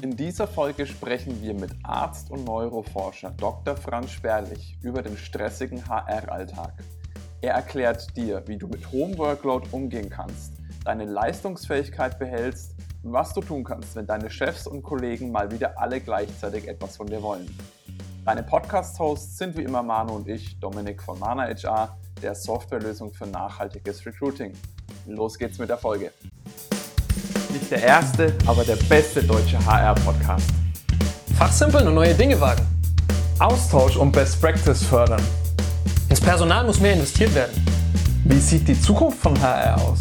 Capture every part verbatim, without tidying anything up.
In dieser Folge sprechen wir mit Arzt und Neuroforscher Doktor Franz Sperlich über den stressigen H R-Alltag. Er erklärt dir, wie du mit hohem Workload umgehen kannst, deine Leistungsfähigkeit behältst und was du tun kannst, wenn deine Chefs und Kollegen mal wieder alle gleichzeitig etwas von dir wollen. Deine Podcast-Hosts sind wie immer Manu und ich, Dominik von Mana H R, der Softwarelösung für nachhaltiges Recruiting. Los geht's mit der Folge. Nicht der erste, aber der beste deutsche H R-Podcast. Fachsimpeln und neue Dinge wagen. Austausch und Best Practice fördern. Ins Personal muss mehr investiert werden. Wie sieht die Zukunft von H R aus?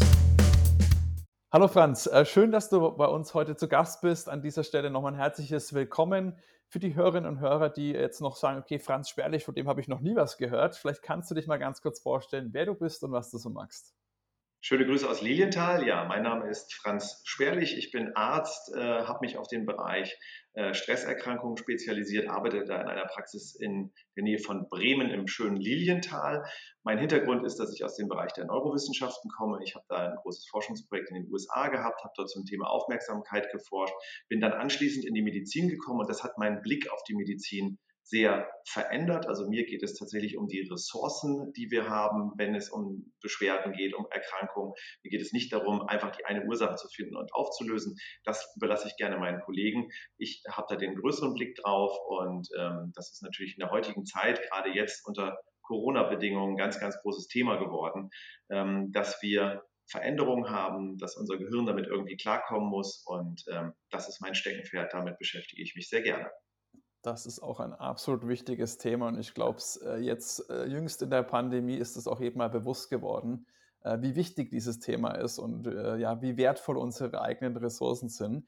Hallo Franz, schön, dass du bei uns heute zu Gast bist. An dieser Stelle nochmal ein herzliches Willkommen für die Hörerinnen und Hörer, die jetzt noch sagen, okay, Franz Sperlich, von dem habe ich noch nie was gehört. Vielleicht kannst du dich mal ganz kurz vorstellen, wer du bist und was du so magst. Schöne Grüße aus Lilienthal. Ja, mein Name ist Franz Sperlich. Ich bin Arzt, äh, habe mich auf den Bereich äh, Stresserkrankungen spezialisiert, arbeite da in einer Praxis in der Nähe von Bremen im schönen Lilienthal. Mein Hintergrund ist, dass ich aus dem Bereich der Neurowissenschaften komme. Ich habe da ein großes Forschungsprojekt in den U S A gehabt, habe dort zum Thema Aufmerksamkeit geforscht, bin dann anschließend in die Medizin gekommen und das hat meinen Blick auf die Medizin sehr verändert. Also mir geht es tatsächlich um die Ressourcen, die wir haben, wenn es um Beschwerden geht, um Erkrankungen. Mir geht es nicht darum, einfach die eine Ursache zu finden und aufzulösen. Das überlasse ich gerne meinen Kollegen. Ich habe da den größeren Blick drauf und ähm, das ist natürlich in der heutigen Zeit, gerade jetzt unter Corona-Bedingungen, ein ganz, ganz großes Thema geworden, ähm, dass wir Veränderungen haben, dass unser Gehirn damit irgendwie klarkommen muss und ähm, das ist mein Steckenpferd. Damit beschäftige ich mich sehr gerne. Das ist auch ein absolut wichtiges Thema und ich glaube, jetzt äh, jüngst in der Pandemie ist es auch jedem mal bewusst geworden, äh, wie wichtig dieses Thema ist und äh, ja, wie wertvoll unsere eigenen Ressourcen sind.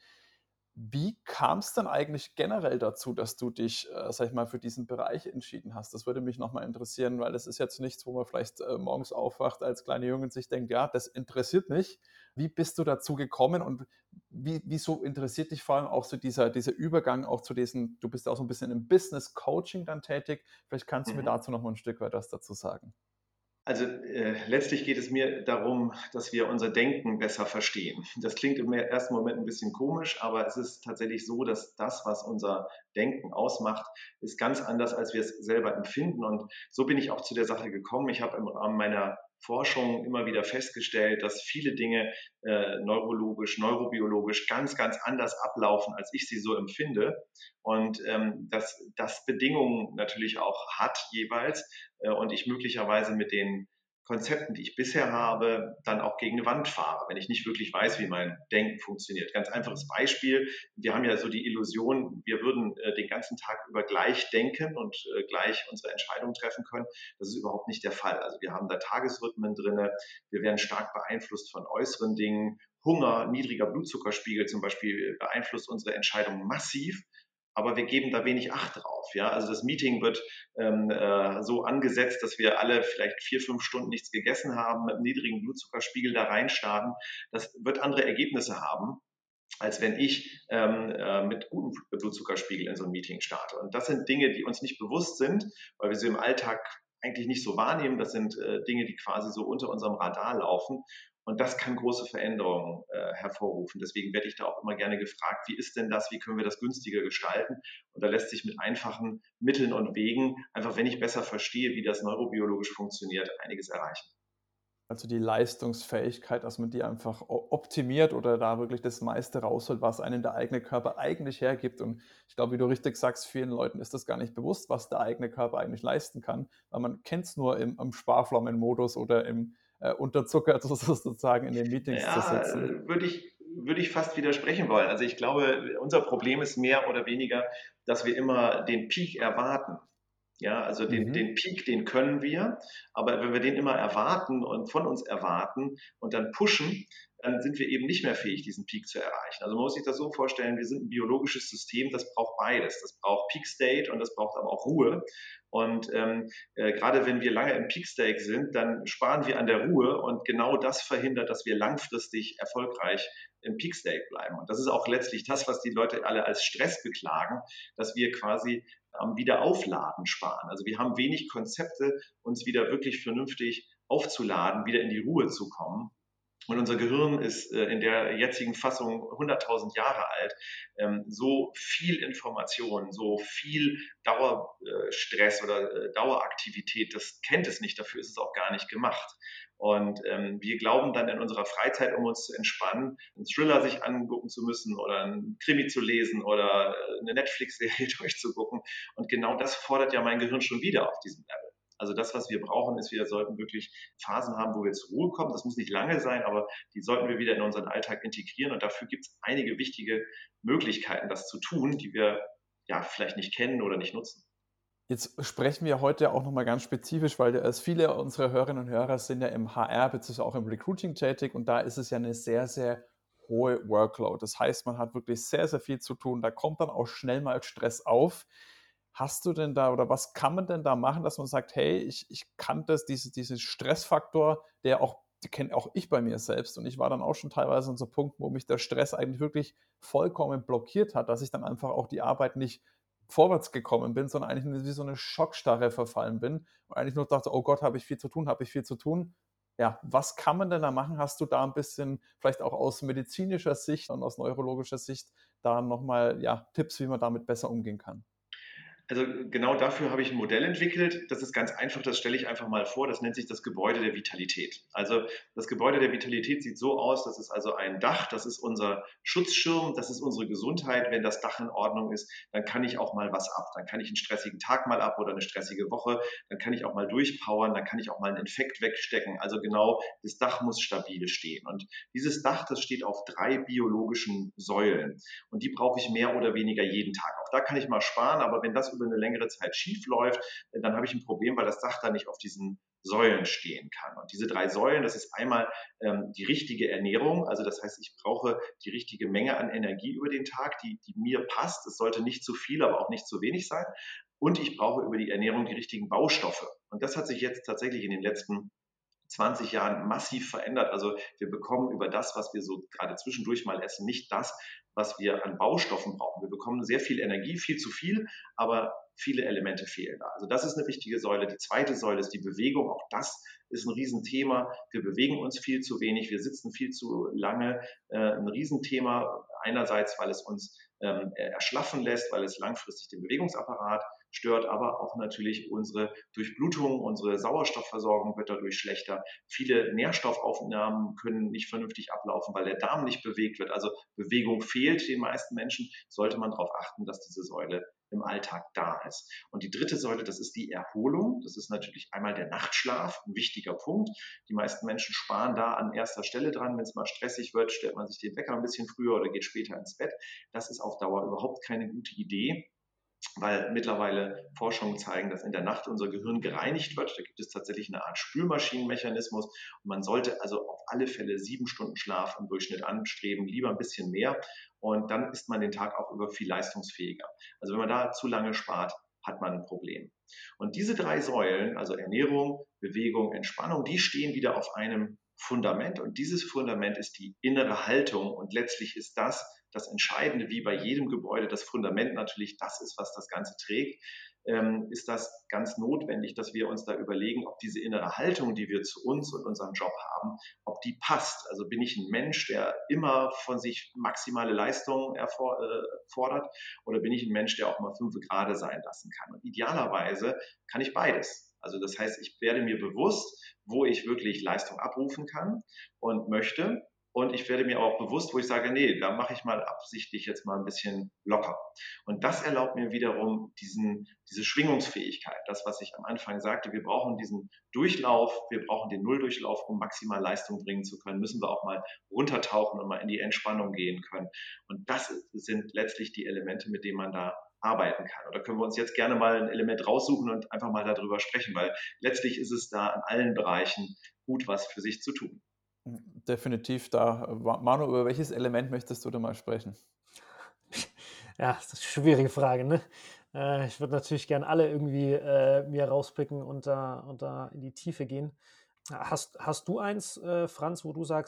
Wie kam es denn eigentlich generell dazu, dass du dich, äh, sag ich mal, für diesen Bereich entschieden hast? Das würde mich nochmal interessieren, weil das ist jetzt nichts, wo man vielleicht äh, morgens aufwacht als kleiner Junge und sich denkt, ja, das interessiert mich. Wie bist du dazu gekommen und wie, wieso interessiert dich vor allem auch so dieser, dieser Übergang auch zu diesen, du bist auch so ein bisschen im Business Coaching dann tätig. Vielleicht kannst du Mhm. mir dazu noch mal ein Stück weit was dazu sagen. Also äh, letztlich geht es mir darum, dass wir unser Denken besser verstehen. Das klingt im ersten Moment ein bisschen komisch, aber es ist tatsächlich so, dass das, was unser Denken ausmacht, ist ganz anders, als wir es selber empfinden. Und so bin ich auch zu der Sache gekommen. Ich habe im Rahmen meiner Forschung immer wieder festgestellt, dass viele Dinge äh, neurologisch, neurobiologisch ganz, ganz anders ablaufen, als ich sie so empfinde. Und ähm, dass das Bedingungen natürlich auch hat jeweils äh, und ich möglicherweise mit den Konzepten, die ich bisher habe, dann auch gegen eine Wand fahre, wenn ich nicht wirklich weiß, wie mein Denken funktioniert. Ganz einfaches Beispiel. Wir haben ja so die Illusion, wir würden äh, den ganzen Tag über gleich denken und äh, gleich unsere Entscheidungen treffen können. Das ist überhaupt nicht der Fall. Also wir haben da Tagesrhythmen drinne. Wir werden stark beeinflusst von äußeren Dingen. Hunger, niedriger Blutzuckerspiegel zum Beispiel beeinflusst unsere Entscheidungen massiv. Aber wir geben da wenig Acht drauf. Ja? Also das Meeting wird ähm, äh, so angesetzt, dass wir alle vielleicht vier, fünf Stunden nichts gegessen haben, mit einem niedrigen Blutzuckerspiegel da reinstarten. Das wird andere Ergebnisse haben, als wenn ich ähm, äh, mit gutem Blutzuckerspiegel in so ein Meeting starte. Und das sind Dinge, die uns nicht bewusst sind, weil wir sie im Alltag eigentlich nicht so wahrnehmen. Das sind äh, Dinge, die quasi so unter unserem Radar laufen. Und das kann große Veränderungen äh, hervorrufen. Deswegen werde ich da auch immer gerne gefragt, wie ist denn das, wie können wir das günstiger gestalten? Und da lässt sich mit einfachen Mitteln und Wegen, einfach wenn ich besser verstehe, wie das neurobiologisch funktioniert, einiges erreichen. Also die Leistungsfähigkeit, dass man die einfach optimiert oder da wirklich das meiste rausholt, was einen der eigene Körper eigentlich hergibt. Und ich glaube, wie du richtig sagst, vielen Leuten ist das gar nicht bewusst, was der eigene Körper eigentlich leisten kann, weil man kennt es nur im, im Sparflammenmodus oder im äh, Unterzucker sozusagen in den Meetings Ja, zu sitzen. würde ich, würde ich fast widersprechen wollen. Also ich glaube, unser Problem ist mehr oder weniger, dass wir immer den Peak erwarten. Ja, also den, Mhm. den Peak, den können wir, aber wenn wir den immer erwarten und von uns erwarten und dann pushen, dann sind wir eben nicht mehr fähig, diesen Peak zu erreichen. Also man muss sich das so vorstellen, wir sind ein biologisches System, das braucht beides. Das braucht Peak State und das braucht aber auch Ruhe. Und ähm, äh, gerade wenn wir lange im Peak State sind, dann sparen wir an der Ruhe und genau das verhindert, dass wir langfristig erfolgreich im Peak State bleiben. Und das ist auch letztlich das, was die Leute alle als Stress beklagen, dass wir quasi am Wiederaufladen sparen. Also wir haben wenig Konzepte, uns wieder wirklich vernünftig aufzuladen, wieder in die Ruhe zu kommen. Und unser Gehirn ist äh, in der jetzigen Fassung hunderttausend Jahre alt. Ähm, so viel Information, so viel Dauerstress äh, oder äh, Daueraktivität, das kennt es nicht, dafür ist es auch gar nicht gemacht. Und ähm, wir glauben dann in unserer Freizeit, um uns zu entspannen, einen Thriller sich angucken zu müssen oder einen Krimi zu lesen oder äh, eine Netflix-Serie durchzugucken. Und genau das fordert ja mein Gehirn schon wieder auf diesem Level. Also das, was wir brauchen, ist, wir sollten wirklich Phasen haben, wo wir zur Ruhe kommen. Das muss nicht lange sein, aber die sollten wir wieder in unseren Alltag integrieren. Und dafür gibt es einige wichtige Möglichkeiten, das zu tun, die wir ja vielleicht nicht kennen oder nicht nutzen. Jetzt sprechen wir heute auch nochmal ganz spezifisch, weil es viele unserer Hörerinnen und Hörer sind ja im H R bzw. auch im Recruiting tätig und da ist es ja eine sehr, sehr hohe Workload. Das heißt, man hat wirklich sehr, sehr viel zu tun. Da kommt dann auch schnell mal Stress auf. Hast du denn da oder was kann man denn da machen, dass man sagt, hey, ich, ich kann das, diese, diesen Stressfaktor, der auch, die kenne auch ich bei mir selbst und ich war dann auch schon teilweise an so Punkten, wo mich der Stress eigentlich wirklich vollkommen blockiert hat, dass ich dann einfach auch die Arbeit nicht vorwärts gekommen bin, sondern eigentlich wie so eine Schockstarre verfallen bin und eigentlich nur dachte, oh Gott, habe ich viel zu tun, habe ich viel zu tun. Ja, was kann man denn da machen? Hast du da ein bisschen, vielleicht auch aus medizinischer Sicht und aus neurologischer Sicht, da nochmal ja, Tipps, wie man damit besser umgehen kann? Also genau dafür habe ich ein Modell entwickelt. Das ist ganz einfach, das stelle ich einfach mal vor. Das nennt sich das Gebäude der Vitalität. Also das Gebäude der Vitalität sieht so aus, das ist also ein Dach, das ist unser Schutzschirm, das ist unsere Gesundheit. Wenn das Dach in Ordnung ist, dann kann ich auch mal was ab. Dann kann ich einen stressigen Tag mal ab oder eine stressige Woche. Dann kann ich auch mal durchpowern, dann kann ich auch mal einen Infekt wegstecken. Also genau, das Dach muss stabil stehen. Und dieses Dach, das steht auf drei biologischen Säulen. Und die brauche ich mehr oder weniger jeden Tag. Auch da kann ich mal sparen, aber wenn das über eine längere Zeit schief läuft, dann habe ich ein Problem, weil das Dach da nicht auf diesen Säulen stehen kann. Und diese drei Säulen, das ist einmal ähm, die richtige Ernährung, also das heißt, ich brauche die richtige Menge an Energie über den Tag, die, die mir passt. Es sollte nicht zu viel, aber auch nicht zu wenig sein. Und ich brauche über die Ernährung die richtigen Baustoffe. Und das hat sich jetzt tatsächlich in den letzten zwanzig Jahren massiv verändert. Also wir bekommen über das, was wir so gerade zwischendurch mal essen, nicht das, was wir an Baustoffen brauchen. Wir bekommen sehr viel Energie, viel zu viel, aber viele Elemente fehlen da. Also das ist eine wichtige Säule. Die zweite Säule ist die Bewegung. Auch das ist ein Riesenthema. Wir bewegen uns viel zu wenig, wir sitzen viel zu lange. Äh, ein Riesenthema einerseits, weil es uns ähm, erschlaffen lässt, weil es langfristig den Bewegungsapparat stört, aber auch natürlich unsere Durchblutung, unsere Sauerstoffversorgung wird dadurch schlechter. Viele Nährstoffaufnahmen können nicht vernünftig ablaufen, weil der Darm nicht bewegt wird. Also Bewegung fehlt den meisten Menschen. Sollte man darauf achten, dass diese Säule im Alltag da ist. Und die dritte Säule, das ist die Erholung. Das ist natürlich einmal der Nachtschlaf, ein wichtiger Punkt. Die meisten Menschen sparen da an erster Stelle dran. Wenn es mal stressig wird, stellt man sich den Wecker ein bisschen früher oder geht später ins Bett. Das ist auf Dauer überhaupt keine gute Idee, weil mittlerweile Forschungen zeigen, dass in der Nacht unser Gehirn gereinigt wird. Da gibt es tatsächlich eine Art Spülmaschinenmechanismus. Und man sollte also auf alle Fälle sieben Stunden Schlaf im Durchschnitt anstreben, lieber ein bisschen mehr. Und dann ist man den Tag auch über viel leistungsfähiger. Also wenn man da zu lange spart, hat man ein Problem. Und diese drei Säulen, also Ernährung, Bewegung, Entspannung, die stehen wieder auf einem Fundament. Und dieses Fundament ist die innere Haltung. Und letztlich ist das das Entscheidende, wie bei jedem Gebäude, das Fundament natürlich das ist, was das Ganze trägt, ähm, ist das ganz notwendig, dass wir uns da überlegen, ob diese innere Haltung, die wir zu uns und unserem Job haben, ob die passt. Also bin ich ein Mensch, der immer von sich maximale Leistung erfordert, oder bin ich ein Mensch, der auch mal fünf Grade sein lassen kann? Und idealerweise kann ich beides. Also das heißt, ich werde mir bewusst, wo ich wirklich Leistung abrufen kann und möchte. Und ich werde mir auch bewusst, wo ich sage, nee, da mache ich mal absichtlich jetzt mal ein bisschen locker. Und das erlaubt mir wiederum diesen, diese Schwingungsfähigkeit. Das, was ich am Anfang sagte, wir brauchen diesen Durchlauf, wir brauchen den Nulldurchlauf, um maximal Leistung bringen zu können, müssen wir auch mal runtertauchen und mal in die Entspannung gehen können. Und das sind letztlich die Elemente, mit denen man da arbeiten kann. Oder können wir uns jetzt gerne mal ein Element raussuchen und einfach mal darüber sprechen, weil letztlich ist es da in allen Bereichen gut was für sich zu tun. Definitiv da. Manu, über welches Element möchtest du da mal sprechen? Ja, das ist eine schwierige Frage, ne? Äh, ich würde natürlich gern alle irgendwie äh, mir rauspicken und da, und da in die Tiefe gehen. Hast, hast du eins, äh, Franz, wo du sagst,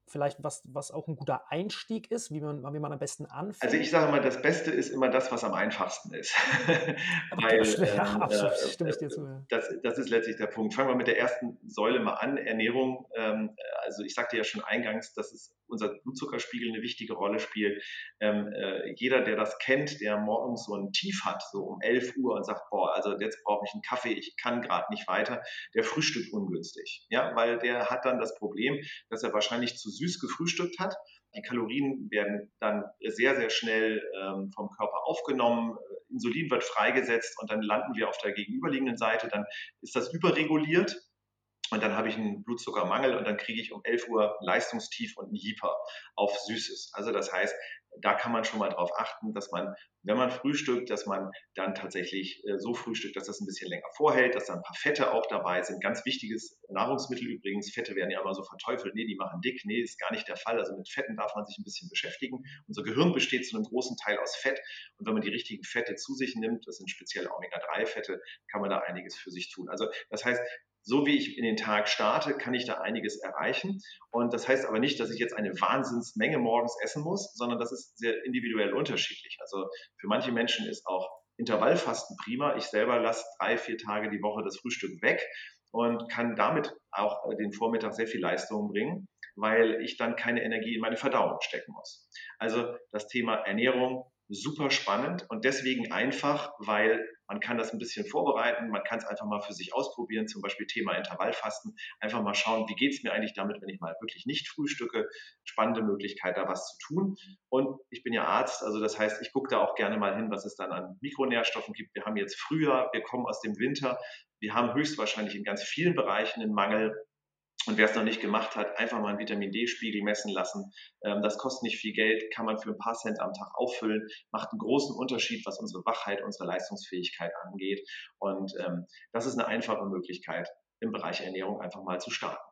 vielleicht was, was auch ein guter Einstieg ist, wie man, wie man am besten Also ich anfängt? sage mal, das Beste ist immer das, was am einfachsten ist. Aber ge- Weil ja, ähm, äh, absolut, stimme äh, ich dir zu. Ja. das, das ist letztlich der Punkt. Fangen wir mit der ersten Säule mal an, Ernährung. Ähm, also ich sagte ja schon eingangs, dass es unser Blutzuckerspiegel eine wichtige Rolle spielt. Ähm, äh, jeder, der das kennt, der morgens so ein Tief hat, so um elf Uhr und sagt, boah, also jetzt brauche ich einen Kaffee, ich kann gerade nicht weiter, der frühstückt ungünstig. Ja, weil der hat dann das Problem, dass er wahrscheinlich zu süß gefrühstückt hat. Die Kalorien werden dann sehr, sehr schnell ähm, vom Körper aufgenommen, Insulin wird freigesetzt und dann landen wir auf der gegenüberliegenden Seite, dann ist das überreguliert und dann habe ich einen Blutzuckermangel und dann kriege ich um elf Uhr ein Leistungstief und ein Hyper auf Süßes. Also das heißt, da kann man schon mal darauf achten, dass man, wenn man frühstückt, dass man dann tatsächlich äh, so frühstückt, dass das ein bisschen länger vorhält, dass da ein paar Fette auch dabei sind. Ganz wichtiges Nahrungsmittel übrigens. Fette werden ja immer so verteufelt. Nee, die machen dick. Nee, ist gar nicht der Fall. Also mit Fetten darf man sich ein bisschen beschäftigen. Unser Gehirn besteht zu einem großen Teil aus Fett. Und wenn man die richtigen Fette zu sich nimmt, das sind speziell Omega drei Fette, kann man da einiges für sich tun. Also das heißt, so wie ich in den Tag starte, kann ich da einiges erreichen. Und das heißt aber nicht, dass ich jetzt eine Wahnsinnsmenge morgens essen muss, sondern das ist sehr individuell unterschiedlich. Also für manche Menschen ist auch Intervallfasten prima. Ich selber lasse drei, vier Tage die Woche das Frühstück weg und kann damit auch den Vormittag sehr viel Leistung bringen, weil ich dann keine Energie in meine Verdauung stecken muss. Also das Thema Ernährung, super spannend und deswegen einfach, weil man kann das ein bisschen vorbereiten, man kann es einfach mal für sich ausprobieren, zum Beispiel Thema Intervallfasten, einfach mal schauen, wie geht es mir eigentlich damit, wenn ich mal wirklich nicht frühstücke, spannende Möglichkeit, da was zu tun. Und ich bin ja Arzt, also das heißt, ich gucke da auch gerne mal hin, was es dann an Mikronährstoffen gibt. Wir haben jetzt Frühjahr, wir kommen aus dem Winter, wir haben höchstwahrscheinlich in ganz vielen Bereichen einen Mangel. Und wer es noch nicht gemacht hat, einfach mal einen Vitamin D-Spiegel messen lassen. Ähm, das kostet nicht viel Geld, kann man für ein paar Cent am Tag auffüllen, macht einen großen Unterschied, was unsere Wachheit, unsere Leistungsfähigkeit angeht. Und ähm, das ist eine einfache Möglichkeit, im Bereich Ernährung einfach mal zu starten.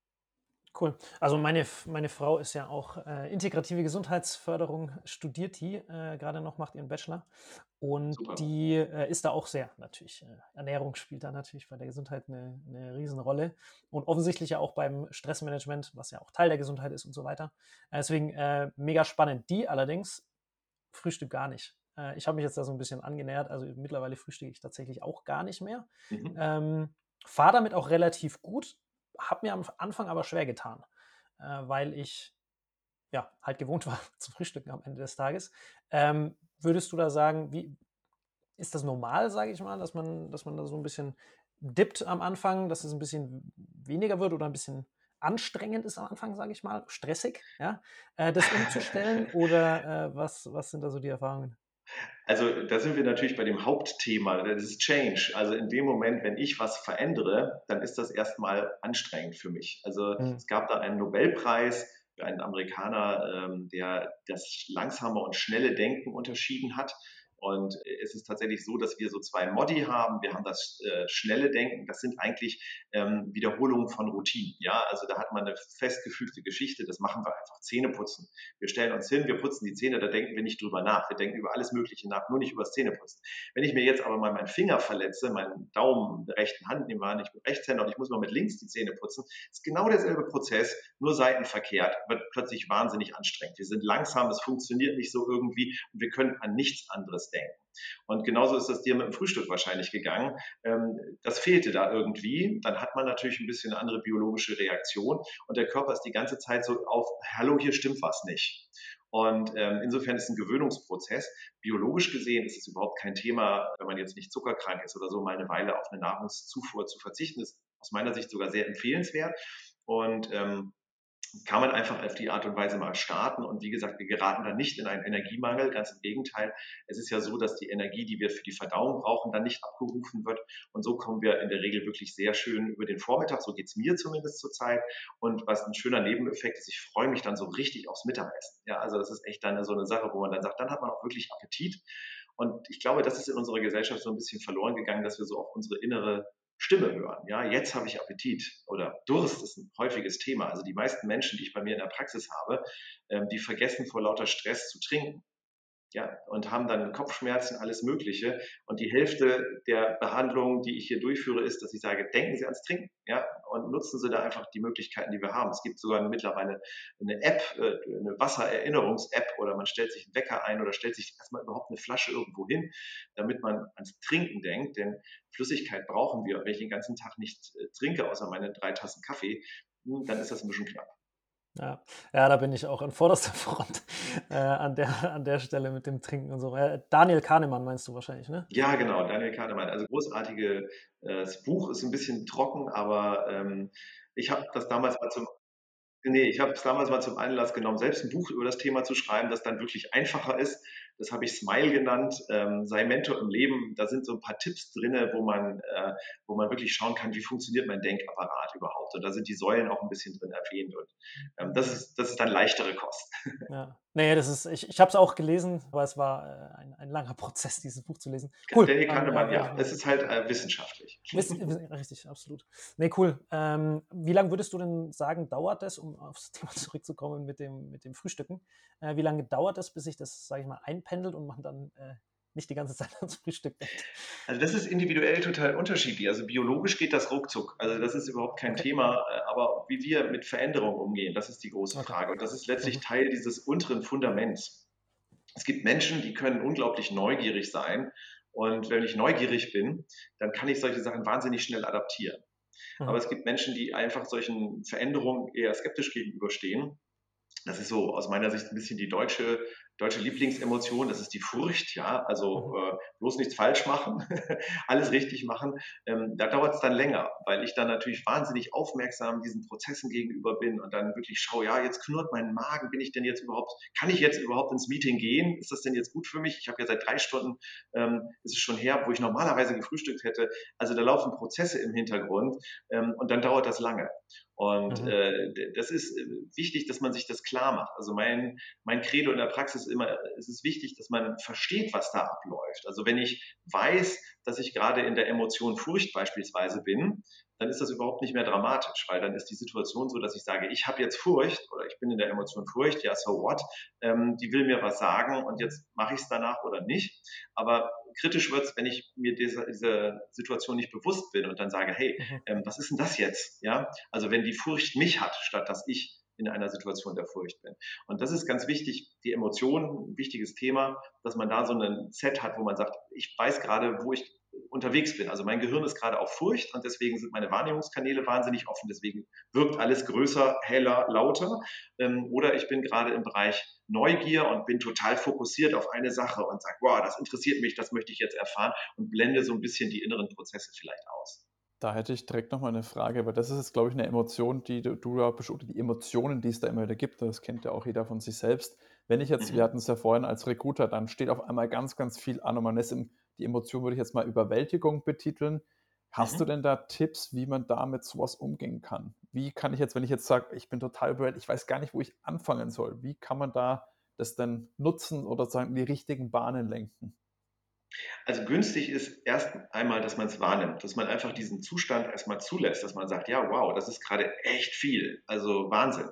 Cool. Also meine, meine Frau ist ja auch äh, integrative Gesundheitsförderung, studiert die äh, gerade noch, macht ihren Bachelor. Und Super. die äh, ist da auch sehr natürlich. Äh, Ernährung spielt da natürlich bei der Gesundheit eine, eine Riesenrolle. Und offensichtlich ja auch beim Stressmanagement, was ja auch Teil der Gesundheit ist und so weiter. Äh, deswegen äh, mega spannend. Die allerdings frühstückt gar nicht. Äh, ich habe mich jetzt da so ein bisschen angenähert. Also mittlerweile frühstücke ich tatsächlich auch gar nicht mehr. Mhm. Ähm, Fahre damit auch relativ gut, habe mir am Anfang aber schwer getan, äh, weil ich ja halt gewohnt war zu frühstücken am Ende des Tages. Ähm, würdest du da sagen, wie ist das normal, sage ich mal, dass man, dass man da so ein bisschen dippt am Anfang, dass es ein bisschen weniger wird oder ein bisschen anstrengend ist am Anfang, sage ich mal, stressig, ja, äh, das umzustellen oder äh, was, was sind da so die Erfahrungen? Also da sind wir natürlich bei dem Hauptthema, das ist Change. Also in dem Moment, wenn ich was verändere, dann ist das erstmal anstrengend für mich. Also Hm. es gab da einen Nobelpreis für einen Amerikaner, ähm, der das langsame und schnelle Denken unterschieden hat. Und es ist tatsächlich so, dass wir so zwei Modi haben. Wir haben das äh, schnelle Denken. Das sind eigentlich ähm, Wiederholungen von Routinen. Ja, also da hat man eine festgefügte Geschichte. Das machen wir einfach. Zähne putzen. Wir stellen uns hin, wir putzen die Zähne. Da denken wir nicht drüber nach. Wir denken über alles Mögliche nach, nur nicht über das Zähneputzen. Wenn ich mir jetzt aber mal meinen Finger verletze, meinen Daumen der rechten Hand, nehmen wir an, ich bin Rechtshänder und ich muss mal mit links die Zähne putzen, ist genau derselbe Prozess, nur seitenverkehrt, wird plötzlich wahnsinnig anstrengend. Wir sind langsam, es funktioniert nicht so irgendwie und wir können an nichts anderes denken. Und genauso ist das dir mit dem Frühstück wahrscheinlich gegangen. Ähm, das fehlte da irgendwie. Dann hat man natürlich ein bisschen eine andere biologische Reaktion und der Körper ist die ganze Zeit so auf, hallo, hier stimmt was nicht. Und ähm, insofern ist es ein Gewöhnungsprozess. Biologisch gesehen ist es überhaupt kein Thema, wenn man jetzt nicht zuckerkrank ist oder so, mal eine Weile auf eine Nahrungszufuhr zu verzichten. Das ist aus meiner Sicht sogar sehr empfehlenswert. Und ähm, kann man einfach auf die Art und Weise mal starten. Und wie gesagt, wir geraten dann nicht in einen Energiemangel. Ganz im Gegenteil. Es ist ja so, dass die Energie, die wir für die Verdauung brauchen, dann nicht abgerufen wird. Und so kommen wir in der Regel wirklich sehr schön über den Vormittag. So geht es mir zumindest zurzeit. Und was ein schöner Nebeneffekt ist, ich freue mich dann so richtig aufs Mittagessen. Ja, also das ist echt dann so eine Sache, wo man dann sagt, dann hat man auch wirklich Appetit. Und ich glaube, das ist in unserer Gesellschaft so ein bisschen verloren gegangen, dass wir so auf unsere innere Stimme hören. Ja, jetzt habe ich Appetit oder Durst ist ein häufiges Thema. Also die meisten Menschen, die ich bei mir in der Praxis habe, ähm, die vergessen vor lauter Stress zu trinken. Ja, und haben dann Kopfschmerzen, alles Mögliche. Und die Hälfte der Behandlung, die ich hier durchführe, ist, dass ich sage, denken Sie ans Trinken, ja, und nutzen Sie da einfach die Möglichkeiten, die wir haben. Es gibt sogar mittlerweile eine App, äh, eine Wassererinnerungs-App, oder man stellt sich einen Wecker ein oder stellt sich erstmal überhaupt eine Flasche irgendwo hin, damit man ans Trinken denkt, denn Flüssigkeit brauchen wir. Und wenn ich den ganzen Tag nicht äh, trinke, außer meine drei Tassen Kaffee, hm, dann ist das ein bisschen knapp. Ja, ja, da bin ich auch an vorderster Front äh, an der, an der Stelle mit dem Trinken und so. Äh, Daniel Kahnemann meinst du wahrscheinlich, ne? Ja, genau, Daniel Kahnemann. Also großartige, äh, das Buch ist ein bisschen trocken, aber ähm, ich habe das damals mal zum Ne, ich habe es damals mal zum Anlass genommen, selbst ein Buch über das Thema zu schreiben, das dann wirklich einfacher ist. Das habe ich Smile genannt, ähm, sei Mentor im Leben. Da sind so ein paar Tipps drinne, wo man, äh, wo man wirklich schauen kann, wie funktioniert mein Denkapparat überhaupt. Und da sind die Säulen auch ein bisschen drin erwähnt. Und ähm, das ist, das ist dann leichtere Kost. Ja. Nee, das ist, ich, ich habe es auch gelesen, aber es war äh, ein, ein langer Prozess, dieses Buch zu lesen. Cool. Danny Ähm, ja, Kahnemann, werde ich ja, mal. es ist halt äh, wissenschaftlich. Wiss, wiss, richtig, absolut. Nee, cool. Ähm, wie lange würdest du denn sagen, dauert es, um aufs Thema zurückzukommen mit dem, mit dem Frühstücken, äh, wie lange dauert es, bis sich das, sage ich mal, einpendelt und man dann äh, nicht die ganze Zeit ans Frühstück denkt? Also das ist individuell total unterschiedlich. Also biologisch geht das ruckzuck. Also das ist überhaupt kein Okay. Thema. äh, Aber wie wir mit Veränderungen umgehen, das ist die große Okay. Frage. Und das ist letztlich Mhm. Teil dieses unteren Fundaments. Es gibt Menschen, die können unglaublich neugierig sein. Und wenn ich neugierig bin, dann kann ich solche Sachen wahnsinnig schnell adaptieren. Aber Mhm. es gibt Menschen, die einfach solchen Veränderungen eher skeptisch gegenüberstehen. Das ist so aus meiner Sicht ein bisschen die deutsche, deutsche Lieblingsemotion. Das ist die Furcht, ja. Also Mhm. äh, bloß nichts falsch machen, alles richtig machen. Ähm, da dauert es dann länger, weil ich dann natürlich wahnsinnig aufmerksam diesen Prozessen gegenüber bin und dann wirklich schaue, ja, jetzt knurrt mein Magen, bin ich denn jetzt überhaupt, kann ich jetzt überhaupt ins Meeting gehen? Ist das denn jetzt gut für mich? Ich habe ja seit drei Stunden, ähm, ist es schon her, wo ich normalerweise gefrühstückt hätte. Also da laufen Prozesse im Hintergrund ähm, und dann dauert das lange. Und Mhm. äh, das ist äh, wichtig, dass man sich das klar macht. Also mein, mein Credo in der Praxis ist immer, es ist wichtig, dass man versteht, was da abläuft. Also wenn ich weiß, dass ich gerade in der Emotion Furcht beispielsweise bin, dann ist das überhaupt nicht mehr dramatisch, weil dann ist die Situation so, dass ich sage, ich habe jetzt Furcht oder ich bin in der Emotion Furcht, ja, so what? Ähm, die will mir was sagen und jetzt mache ich es danach oder nicht. Aber kritisch wird es, wenn ich mir dieser diese Situation nicht bewusst bin und dann sage, hey, Mhm. ähm, was ist denn das jetzt? Ja, also wenn die Furcht mich hat, statt dass ich in einer Situation der Furcht bin. Und das ist ganz wichtig, die Emotionen, ein wichtiges Thema, dass man da so ein Set hat, wo man sagt, ich weiß gerade, wo ich unterwegs bin. Also mein Gehirn ist gerade auf Furcht und deswegen sind meine Wahrnehmungskanäle wahnsinnig offen. Deswegen wirkt alles größer, heller, lauter. Ähm, oder ich bin gerade im Bereich Neugier und bin total fokussiert auf eine Sache und sage, wow, das interessiert mich, das möchte ich jetzt erfahren und blende so ein bisschen die inneren Prozesse vielleicht aus. Da hätte ich direkt noch mal 'ne Frage, weil das ist jetzt, glaube ich, eine Emotion, die du du ja besch oder die Emotionen, die es da immer wieder gibt, das kennt ja auch jeder von sich selbst. Wenn ich jetzt wir Mhm. hatten es ja vorhin als Recruiter, dann steht auf einmal ganz, ganz viel an und man ist im die Emotion würde ich jetzt mal Überwältigung betiteln. Hast du Mhm. denn da Tipps, wie man da mit so was umgehen kann? Wie kann ich jetzt, wenn ich jetzt sage: „Ich bin total überwältigt, ich weiß gar nicht, wo ich anfangen soll“, wie kann man da das denn nutzen oder sagen, in die richtigen Bahnen lenken? Also günstig ist erst einmal, dass man es wahrnimmt, dass man einfach diesen Zustand erstmal zulässt, dass man sagt, ja, wow, das ist gerade echt viel, also Wahnsinn.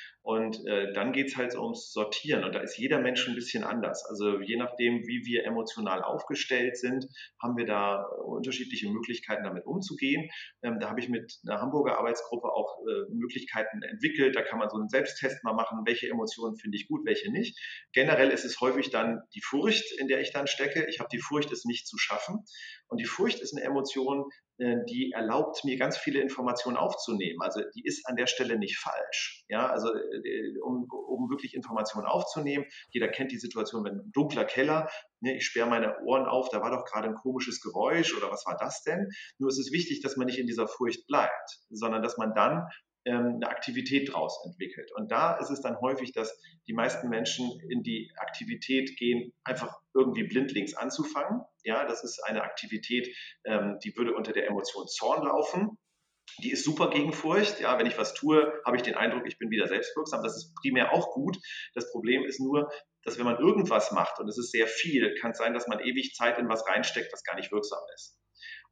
Und äh, dann geht's halt so ums Sortieren und da ist jeder Mensch ein bisschen anders. Also je nachdem, wie wir emotional aufgestellt sind, haben wir da äh, unterschiedliche Möglichkeiten, damit umzugehen. Ähm, da habe ich mit einer Hamburger Arbeitsgruppe auch äh, Möglichkeiten entwickelt. Da kann man so einen Selbsttest mal machen, welche Emotionen finde ich gut, welche nicht. Generell ist es häufig dann die Furcht, in der ich dann stecke. Ich habe die Furcht, es nicht zu schaffen. Und die Furcht ist eine Emotion, äh, die erlaubt mir ganz viele Informationen aufzunehmen. Also die ist an der Stelle nicht falsch. Ja, also äh, um, um wirklich Informationen aufzunehmen. Jeder kennt die Situation, wenn ein dunkler Keller, ne, ich sperre meine Ohren auf, da war doch gerade ein komisches Geräusch oder was war das denn? Nur ist es wichtig, dass man nicht in dieser Furcht bleibt, sondern dass man dann ähm, eine Aktivität daraus entwickelt. Und da ist es dann häufig, dass die meisten Menschen in die Aktivität gehen, einfach irgendwie blindlings anzufangen. Ja, das ist eine Aktivität, ähm, die würde unter der Emotion Zorn laufen. Die ist super gegen Furcht. Ja, wenn ich was tue, habe ich den Eindruck, ich bin wieder selbstwirksam. Das ist primär auch gut. Das Problem ist nur, dass wenn man irgendwas macht und es ist sehr viel, kann es sein, dass man ewig Zeit in was reinsteckt, was gar nicht wirksam ist.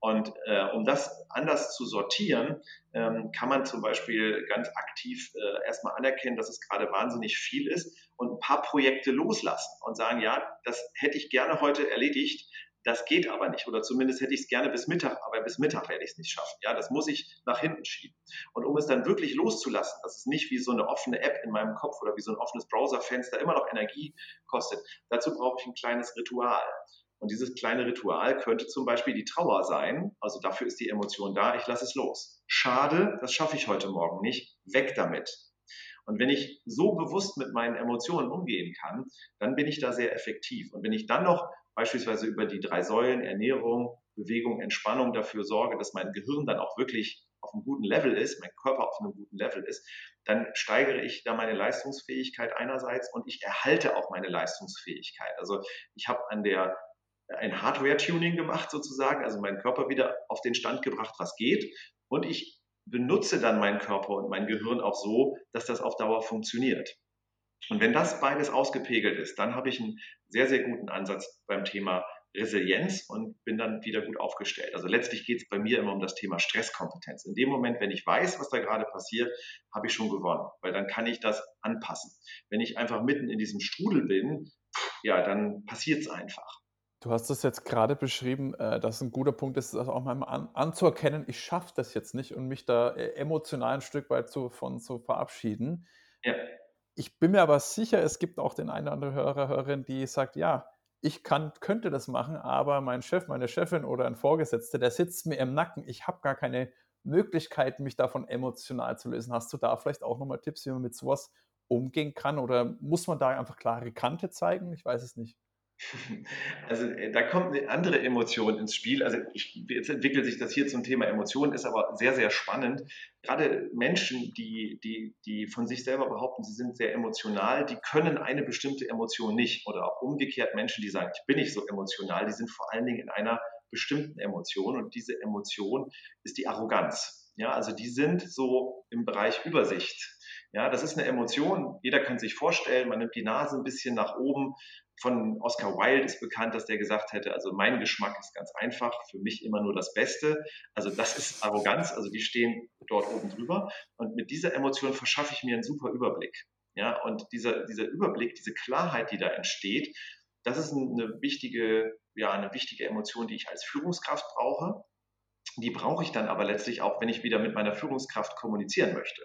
Und äh, um das anders zu sortieren, ähm, kann man zum Beispiel ganz aktiv äh, erstmal anerkennen, dass es gerade wahnsinnig viel ist und ein paar Projekte loslassen und sagen, ja, das hätte ich gerne heute erledigt, das geht aber nicht oder zumindest hätte ich es gerne bis Mittag, aber bis Mittag werde ich es nicht schaffen. Ja, das muss ich nach hinten schieben. Und um es dann wirklich loszulassen, dass es nicht wie so eine offene App in meinem Kopf oder wie so ein offenes Browserfenster immer noch Energie kostet, dazu brauche ich ein kleines Ritual. Und dieses kleine Ritual könnte zum Beispiel die Trauer sein. Also dafür ist die Emotion da, ich lasse es los. Schade, das schaffe ich heute Morgen nicht. Weg damit. Und wenn ich so bewusst mit meinen Emotionen umgehen kann, dann bin ich da sehr effektiv. Und wenn ich dann noch beispielsweise über die drei Säulen Ernährung, Bewegung, Entspannung dafür sorge, dass mein Gehirn dann auch wirklich auf einem guten Level ist, mein Körper auf einem guten Level ist, dann steigere ich da meine Leistungsfähigkeit einerseits und ich erhalte auch meine Leistungsfähigkeit. Also ich habe an der ein Hardware-Tuning gemacht sozusagen, also meinen Körper wieder auf den Stand gebracht, was geht. Und ich benutze dann meinen Körper und mein Gehirn auch so, dass das auf Dauer funktioniert. Und wenn das beides ausgepegelt ist, dann habe ich einen sehr, sehr guten Ansatz beim Thema Resilienz und bin dann wieder gut aufgestellt. Also letztlich geht es bei mir immer um das Thema Stresskompetenz. In dem Moment, wenn ich weiß, was da gerade passiert, habe ich schon gewonnen, weil dann kann ich das anpassen. Wenn ich einfach mitten in diesem Strudel bin, ja, dann passiert es einfach. Du hast das jetzt gerade beschrieben, äh, dass ein guter Punkt ist, das auch mal an anzuerkennen, ich schaffe das jetzt nicht und mich da e emotional ein Stück weit zu von zu verabschieden. Ja. Ich bin mir aber sicher, es gibt auch den einen oder anderen Hörer, Hörerin, die sagt: „Ja, ich kann könnte das machen, aber mein Chef, meine Chefin oder ein Vorgesetzter, der sitzt mir im Nacken. Ich habe gar keine Möglichkeit, mich davon emotional zu lösen.“ Hast du da vielleicht auch noch mal Tipps, wie man mit sowas umgehen kann oder muss man da einfach klare Kante zeigen? Ich weiß es nicht. Also äh, da kommt eine andere Emotion ins Spiel. Also ich, jetzt entwickelt sich das hier zum Thema Emotionen, ist aber sehr, sehr spannend. Gerade Menschen, die, die, die von sich selber behaupten, sie sind sehr emotional, die können eine bestimmte Emotion nicht. Oder auch umgekehrt Menschen, die sagen, ich bin nicht so emotional, die sind vor allen Dingen in einer bestimmten Emotion. Und diese Emotion ist die Arroganz. Ja, also die sind so im Bereich Übersicht. Ja, das ist eine Emotion, jeder kann sich vorstellen, man nimmt die Nase ein bisschen nach oben. Von Oscar Wilde ist bekannt, dass der gesagt hätte, also mein Geschmack ist ganz einfach, für mich immer nur das Beste. Also das ist Arroganz, also die stehen dort oben drüber. Und mit dieser Emotion verschaffe ich mir einen super Überblick. Ja, und dieser, dieser Überblick, diese Klarheit, die da entsteht, das ist eine wichtige, ja, eine wichtige Emotion, die ich als Führungskraft brauche. Die brauche ich dann aber letztlich auch, wenn ich wieder mit meiner Führungskraft kommunizieren möchte.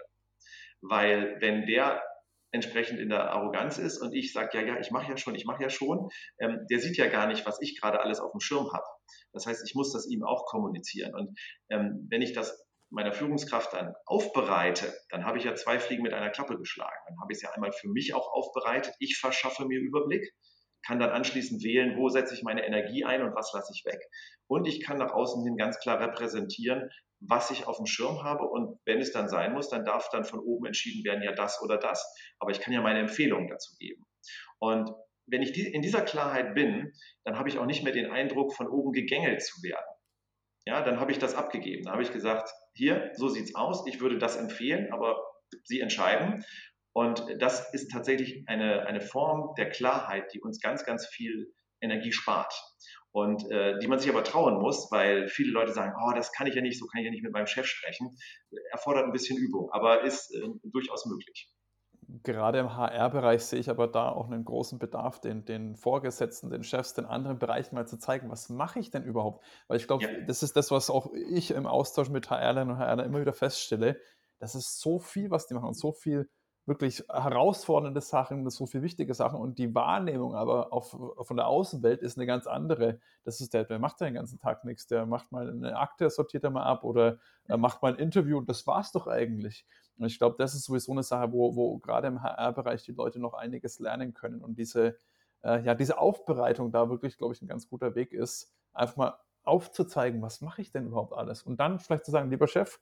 Weil wenn der entsprechend in der Arroganz ist und ich sage, ja, ja, ich mache ja schon, ich mache ja schon, ähm, der sieht ja gar nicht, was ich gerade alles auf dem Schirm habe. Das heißt, ich muss das ihm auch kommunizieren. Und ähm, wenn ich das meiner Führungskraft dann aufbereite, dann habe ich ja zwei Fliegen mit einer Klappe geschlagen. Dann habe ich es ja einmal für mich auch aufbereitet, ich verschaffe mir Überblick, kann dann anschließend wählen, wo setze ich meine Energie ein und was lasse ich weg. Und ich kann nach außen hin ganz klar repräsentieren, was ich auf dem Schirm habe und wenn es dann sein muss, dann darf dann von oben entschieden werden, ja das oder das. Aber ich kann ja meine Empfehlungen dazu geben. Und wenn ich die, in dieser Klarheit bin, dann habe ich auch nicht mehr den Eindruck, von oben gegängelt zu werden. Ja, dann habe ich das abgegeben. Dann habe ich gesagt, hier, so sieht's aus, ich würde das empfehlen, aber Sie entscheiden. Und das ist tatsächlich eine, eine Form der Klarheit, die uns ganz, ganz viel Energie spart. Und äh, die man sich aber trauen muss, weil viele Leute sagen, oh, das kann ich ja nicht, so kann ich ja nicht mit meinem Chef sprechen. Erfordert ein bisschen Übung, aber ist äh, durchaus möglich. Gerade im H R-Bereich sehe ich aber da auch einen großen Bedarf, den den Vorgesetzten, den Chefs, den anderen Bereichen mal zu zeigen: „Was mache ich denn überhaupt?“ Weil ich glaube, Ja. das ist das, was auch ich im Austausch mit HRlern und HRlern immer wieder feststelle. Das ist so viel, was die machen und so viel wirklich herausfordernde Sachen, so viel wichtige Sachen und die Wahrnehmung aber auf von der Außenwelt ist eine ganz andere. Das ist der der macht ja den ganzen Tag nichts. Der macht mal eine Akte, sortiert er mal ab oder er macht mal ein Interview und das war's doch eigentlich. Und ich glaube, das ist sowieso eine Sache, wo wo grade im H R-Bereich die Leute noch einiges lernen können und diese äh, ja, diese Aufbereitung da wirklich, glaube ich, ein ganz guter Weg ist, einfach mal aufzuzeigen: „Was mache ich denn überhaupt alles?“ Und dann vielleicht zu sagen: „Lieber Chef,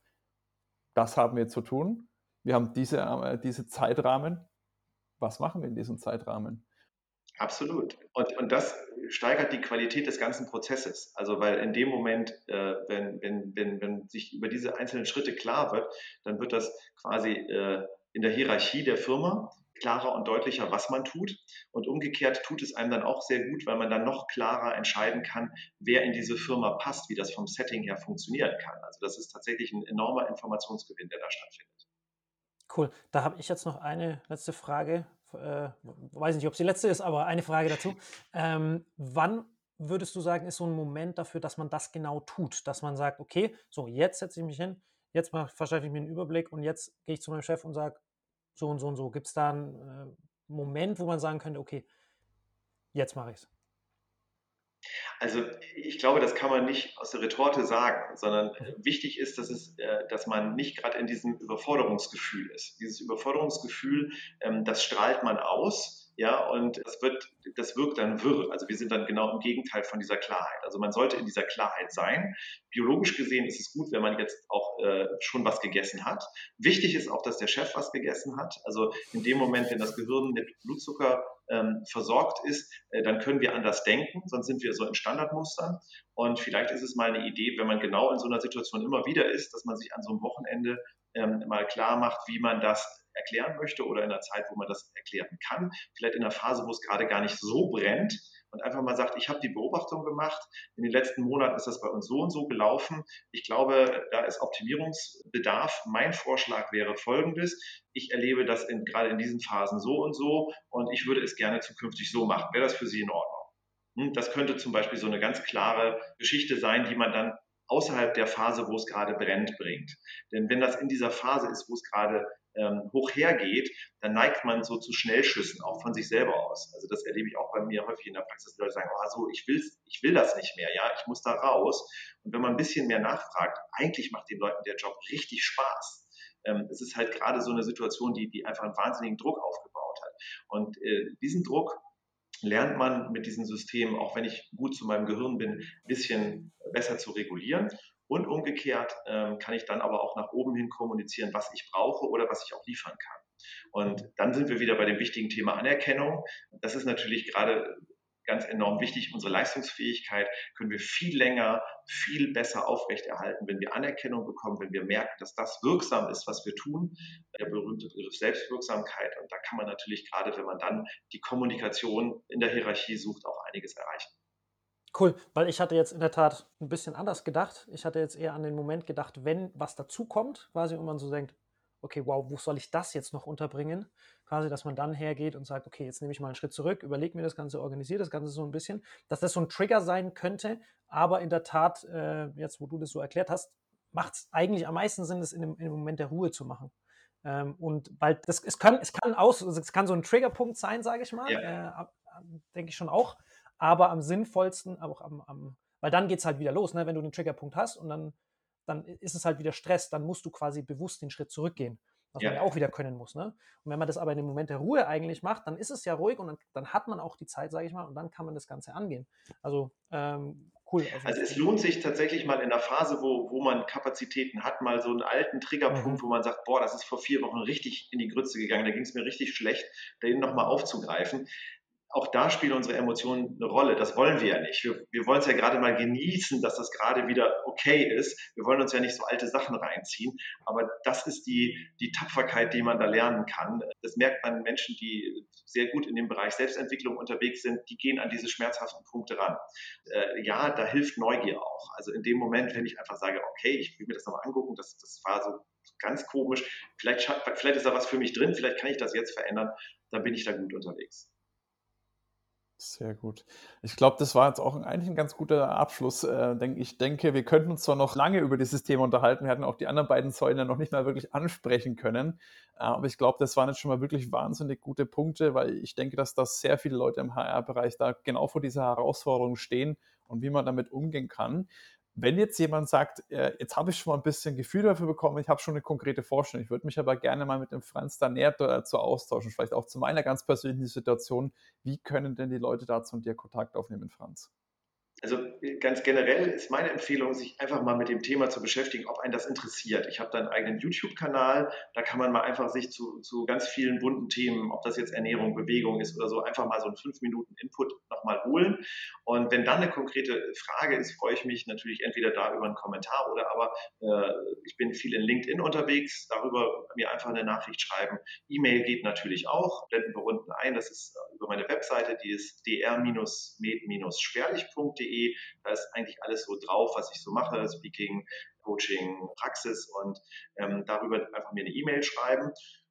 das haben wir zu tun. Wir haben diese äh, diese Zeitrahmen. Was machen wir in diesem Zeitrahmen?“ Absolut. Und, und das steigert die Qualität des ganzen Prozesses. Also weil in dem Moment, äh, wenn, wenn, wenn, wenn sich über diese einzelnen Schritte klar wird, dann wird das quasi äh, in der Hierarchie der Firma klarer und deutlicher, was man tut. Und umgekehrt tut es einem dann auch sehr gut, weil man dann noch klarer entscheiden kann, wer in diese Firma passt, wie das vom Setting her funktionieren kann. Also das ist tatsächlich ein enormer Informationsgewinn, der da stattfindet. Cool. Da habe ich jetzt noch eine letzte Frage. Äh, weiß nicht, ob es die letzte ist, aber eine Frage dazu. Ähm, wann würdest du sagen, ist so ein Moment dafür, dass man das genau tut? Dass man sagt, okay, so jetzt setze ich mich hin, jetzt mach- verschaffe ich mir einen Überblick und jetzt gehe ich zu meinem Chef und sage, so und so und so. Gibt es da einen äh, Moment, wo man sagen könnte, okay, jetzt mache ich es? Also ich glaube, das kann man nicht aus der Retorte sagen, sondern äh, wichtig ist, dass, es, äh, dass man nicht gerade in diesem Überforderungsgefühl ist. Dieses Überforderungsgefühl, ähm, das strahlt man aus. Ja, und das wird, das wirkt dann wirr. Also wir sind dann genau im Gegenteil von dieser Klarheit. Also man sollte in dieser Klarheit sein. Biologisch gesehen ist es gut, wenn man jetzt auch äh, schon was gegessen hat. Wichtig ist auch, dass der Chef was gegessen hat. Also in dem Moment, wenn das Gehirn mit Blutzucker ähm, versorgt ist, äh, dann können wir anders denken, sonst sind wir so in Standardmustern. Und vielleicht ist es mal eine Idee, wenn man genau in so einer Situation immer wieder ist, dass man sich an so einem Wochenende ähm, mal klar macht, wie man das erklären möchte oder in einer Zeit, wo man das erklären kann. Vielleicht in einer Phase, wo es gerade gar nicht so brennt und einfach mal sagt, ich habe die Beobachtung gemacht, in den letzten Monaten ist das bei uns so und so gelaufen. Ich glaube, da ist Optimierungsbedarf. Mein Vorschlag wäre folgendes. Ich erlebe das in, gerade in diesen Phasen so und so und ich würde es gerne zukünftig so machen. Wäre das für Sie in Ordnung? Das könnte zum Beispiel so eine ganz klare Geschichte sein, die man dann außerhalb der Phase, wo es gerade brennt, bringt. Denn wenn das in dieser Phase ist, wo es gerade ähm, hoch hergeht, dann neigt man so zu Schnellschüssen, auch von sich selber aus. Also das erlebe ich auch bei mir häufig in der Praxis, die Leute sagen, oh, so, ich will, ich will das nicht mehr, ja, ich muss da raus. Und wenn man ein bisschen mehr nachfragt, eigentlich macht den Leuten der Job richtig Spaß. Ähm, es ist halt gerade so eine Situation, die, die einfach einen wahnsinnigen Druck aufgebaut hat. Und äh, diesen Druck lernt man mit diesen Systemen, auch wenn ich gut zu meinem Gehirn bin, ein bisschen besser zu regulieren. Und umgekehrt ähm, kann ich dann aber auch nach oben hin kommunizieren, was ich brauche oder was ich auch liefern kann. Und dann sind wir wieder bei dem wichtigen Thema Anerkennung. Das ist natürlich gerade ganz enorm wichtig. Unsere Leistungsfähigkeit können wir viel länger, viel besser aufrechterhalten, wenn wir Anerkennung bekommen, wenn wir merken, dass das wirksam ist, was wir tun. Der berühmte Begriff Selbstwirksamkeit. Und da kann man natürlich gerade, wenn man dann die Kommunikation in der Hierarchie sucht, auch einiges erreichen. Cool, weil ich hatte jetzt in der Tat ein bisschen anders gedacht. Ich hatte jetzt eher an den Moment gedacht, wenn was dazukommt, quasi, und man so denkt, okay, wow, wo soll ich das jetzt noch unterbringen? Quasi, dass man dann hergeht und sagt, okay, jetzt nehme ich mal einen Schritt zurück, überlege mir das Ganze, organisiere das Ganze so ein bisschen, dass das so ein Trigger sein könnte, aber in der Tat, äh, jetzt wo du das so erklärt hast, macht es eigentlich am meisten Sinn, das in dem, in dem Moment der Ruhe zu machen. Ähm, und weil das, es kann, es kann aus, also es kann so ein Triggerpunkt sein, sage ich mal, Ja. äh, denke ich schon auch, aber am sinnvollsten, aber auch am, am weil dann geht es halt wieder los, ne? Wenn du den Triggerpunkt hast und dann, dann ist es halt wieder Stress, dann musst du quasi bewusst den Schritt zurückgehen, was man ja Ja. auch wieder können muss. Ne? Und wenn man das aber in dem Moment der Ruhe eigentlich macht, dann ist es ja ruhig und dann, dann hat man auch die Zeit, sage ich mal, und dann kann man das Ganze angehen. Also ähm, cool. Also, Also es lohnt sich tatsächlich mal in der Phase, wo, wo man Kapazitäten hat, mal so einen alten Triggerpunkt, Mhm. wo man sagt, boah, das ist vor vier Wochen richtig in die Grütze gegangen, da ging es mir richtig schlecht, den nochmal aufzugreifen. Auch da spielen unsere Emotionen eine Rolle. Das wollen wir ja nicht. Wir, wir wollen es ja gerade mal genießen, dass das gerade wieder okay ist. Wir wollen uns ja nicht so alte Sachen reinziehen. Aber das ist die, die Tapferkeit, die man da lernen kann. Das merkt man Menschen, die sehr gut in dem Bereich Selbstentwicklung unterwegs sind, die gehen an diese schmerzhaften Punkte ran. Äh, ja, da hilft Neugier auch. Also in dem Moment, wenn ich einfach sage, okay, ich will mir das nochmal angucken, das, das war so ganz komisch, vielleicht, vielleicht ist da was für mich drin, vielleicht kann ich das jetzt verändern, dann bin ich da gut unterwegs. Sehr gut. Ich glaube, das war jetzt auch eigentlich ein ganz guter Abschluss. Äh, denk, ich denke, wir könnten uns zwar noch lange über dieses Thema unterhalten, wir hatten auch die anderen beiden Säulen ja noch nicht mal wirklich ansprechen können, äh, aber ich glaube, das waren jetzt schon mal wirklich wahnsinnig gute Punkte, weil ich denke, dass da sehr viele Leute im H R-Bereich da genau vor dieser Herausforderung stehen und wie man damit umgehen kann. Wenn jetzt jemand sagt, äh, jetzt habe ich schon mal ein bisschen Gefühl dafür bekommen, ich habe schon eine konkrete Vorstellung, ich würde mich aber gerne mal mit dem Franz da näher dazu austauschen, vielleicht auch zu meiner ganz persönlichen Situation. Wie können denn die Leute da zu dir Kontakt aufnehmen, Franz? Also ganz generell ist meine Empfehlung, sich einfach mal mit dem Thema zu beschäftigen, ob einen das interessiert. Ich habe da einen eigenen YouTube-Kanal, da kann man mal einfach sich zu, zu ganz vielen bunten Themen, ob das jetzt Ernährung, Bewegung ist oder so, einfach mal so einen fünf Minuten Input nochmal holen. Und wenn dann eine konkrete Frage ist, freue ich mich natürlich entweder da über einen Kommentar oder aber äh, ich bin viel in LinkedIn unterwegs, darüber mir einfach eine Nachricht schreiben. E-Mail geht natürlich auch, blenden wir unten ein, das ist über meine Webseite, die ist d r med spärlich punkt de. Da ist eigentlich alles so drauf, was ich so mache, Speaking, Coaching, Praxis und ähm, darüber einfach mir eine E-Mail schreiben.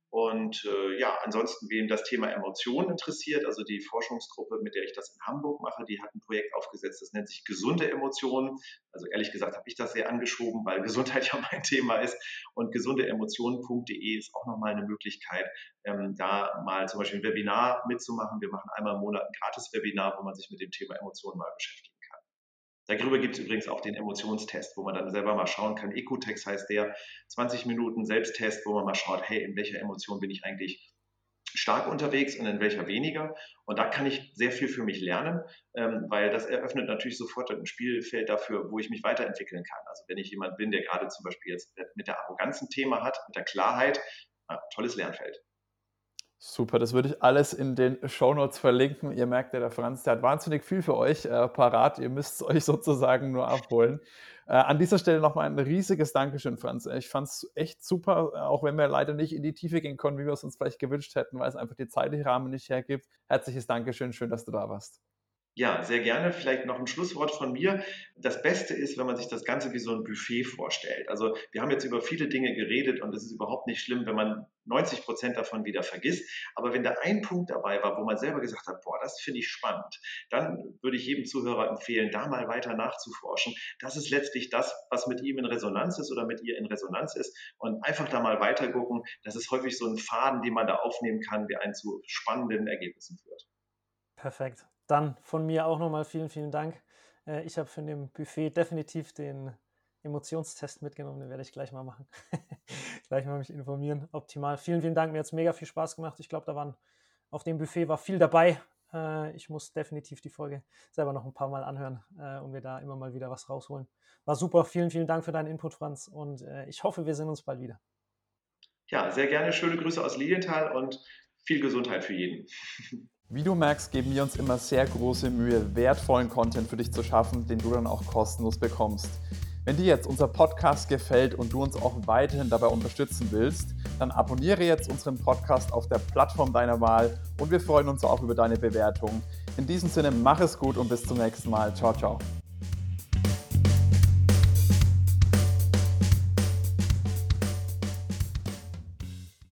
Und äh, ja, ansonsten, wem das Thema Emotionen interessiert, also die Forschungsgruppe, mit der ich das in Hamburg mache, die hat ein Projekt aufgesetzt, das nennt sich gesunde Emotionen. Also ehrlich gesagt habe ich das sehr angeschoben, weil Gesundheit ja mein Thema ist. Und gesunde emotionen punkt de ist auch nochmal eine Möglichkeit, ähm, da mal zum Beispiel ein Webinar mitzumachen. Wir machen einmal im Monat ein Gratis-Webinar, wo man sich mit dem Thema Emotionen mal beschäftigt. Darüber gibt es übrigens auch den Emotionstest, wo man dann selber mal schauen kann. Ecotex heißt der, zwanzig Minuten Selbsttest, wo man mal schaut, hey, in welcher Emotion bin ich eigentlich stark unterwegs und in welcher weniger. Und da kann ich sehr viel für mich lernen, ähm, weil das eröffnet natürlich sofort ein Spielfeld dafür, wo ich mich weiterentwickeln kann. Also wenn ich jemand bin, der gerade zum Beispiel jetzt mit der Arroganz ein Thema hat, mit der Klarheit, ja, tolles Lernfeld. Super, das würde ich alles in den Shownotes verlinken. Ihr merkt ja, der Franz, der hat wahnsinnig viel für euch äh, parat. Ihr müsst es euch sozusagen nur abholen. Äh, an dieser Stelle nochmal ein riesiges Dankeschön, Franz. Ich fand es echt super, auch wenn wir leider nicht in die Tiefe gehen konnten, wie wir es uns vielleicht gewünscht hätten, weil es einfach die zeitliche Rahmen nicht hergibt. Herzliches Dankeschön, schön, dass du da warst. Ja, sehr gerne. Vielleicht noch ein Schlusswort von mir. Das Beste ist, wenn man sich das Ganze wie so ein Buffet vorstellt. Also wir haben jetzt über viele Dinge geredet und es ist überhaupt nicht schlimm, wenn man neunzig Prozent davon wieder vergisst. Aber wenn da ein Punkt dabei war, wo man selber gesagt hat, boah, das finde ich spannend, dann würde ich jedem Zuhörer empfehlen, da mal weiter nachzuforschen. Das ist letztlich das, was mit ihm in Resonanz ist oder mit ihr in Resonanz ist. Und einfach da mal weiter gucken. Das ist häufig so ein Faden, den man da aufnehmen kann, der einen zu spannenden Ergebnissen führt. Perfekt. Dann von mir auch nochmal vielen, vielen Dank. Ich habe von dem Buffet definitiv den Emotionstest mitgenommen, den werde ich gleich mal machen. Gleich mal mich informieren. Optimal. Vielen, vielen Dank. Mir hat es mega viel Spaß gemacht. Ich glaube, da waren auf dem Buffet war viel dabei. Ich muss definitiv die Folge selber noch ein paar Mal anhören und wir da immer mal wieder was rausholen. War super. Vielen, vielen Dank für deinen Input, Franz. Und ich hoffe, wir sehen uns bald wieder. Ja, sehr gerne. Schöne Grüße aus Lilienthal und viel Gesundheit für jeden. Wie du merkst, geben wir uns immer sehr große Mühe, wertvollen Content für dich zu schaffen, den du dann auch kostenlos bekommst. Wenn dir jetzt unser Podcast gefällt und du uns auch weiterhin dabei unterstützen willst, dann abonniere jetzt unseren Podcast auf der Plattform deiner Wahl und wir freuen uns auch über deine Bewertung. In diesem Sinne, mach es gut und bis zum nächsten Mal. Ciao, ciao.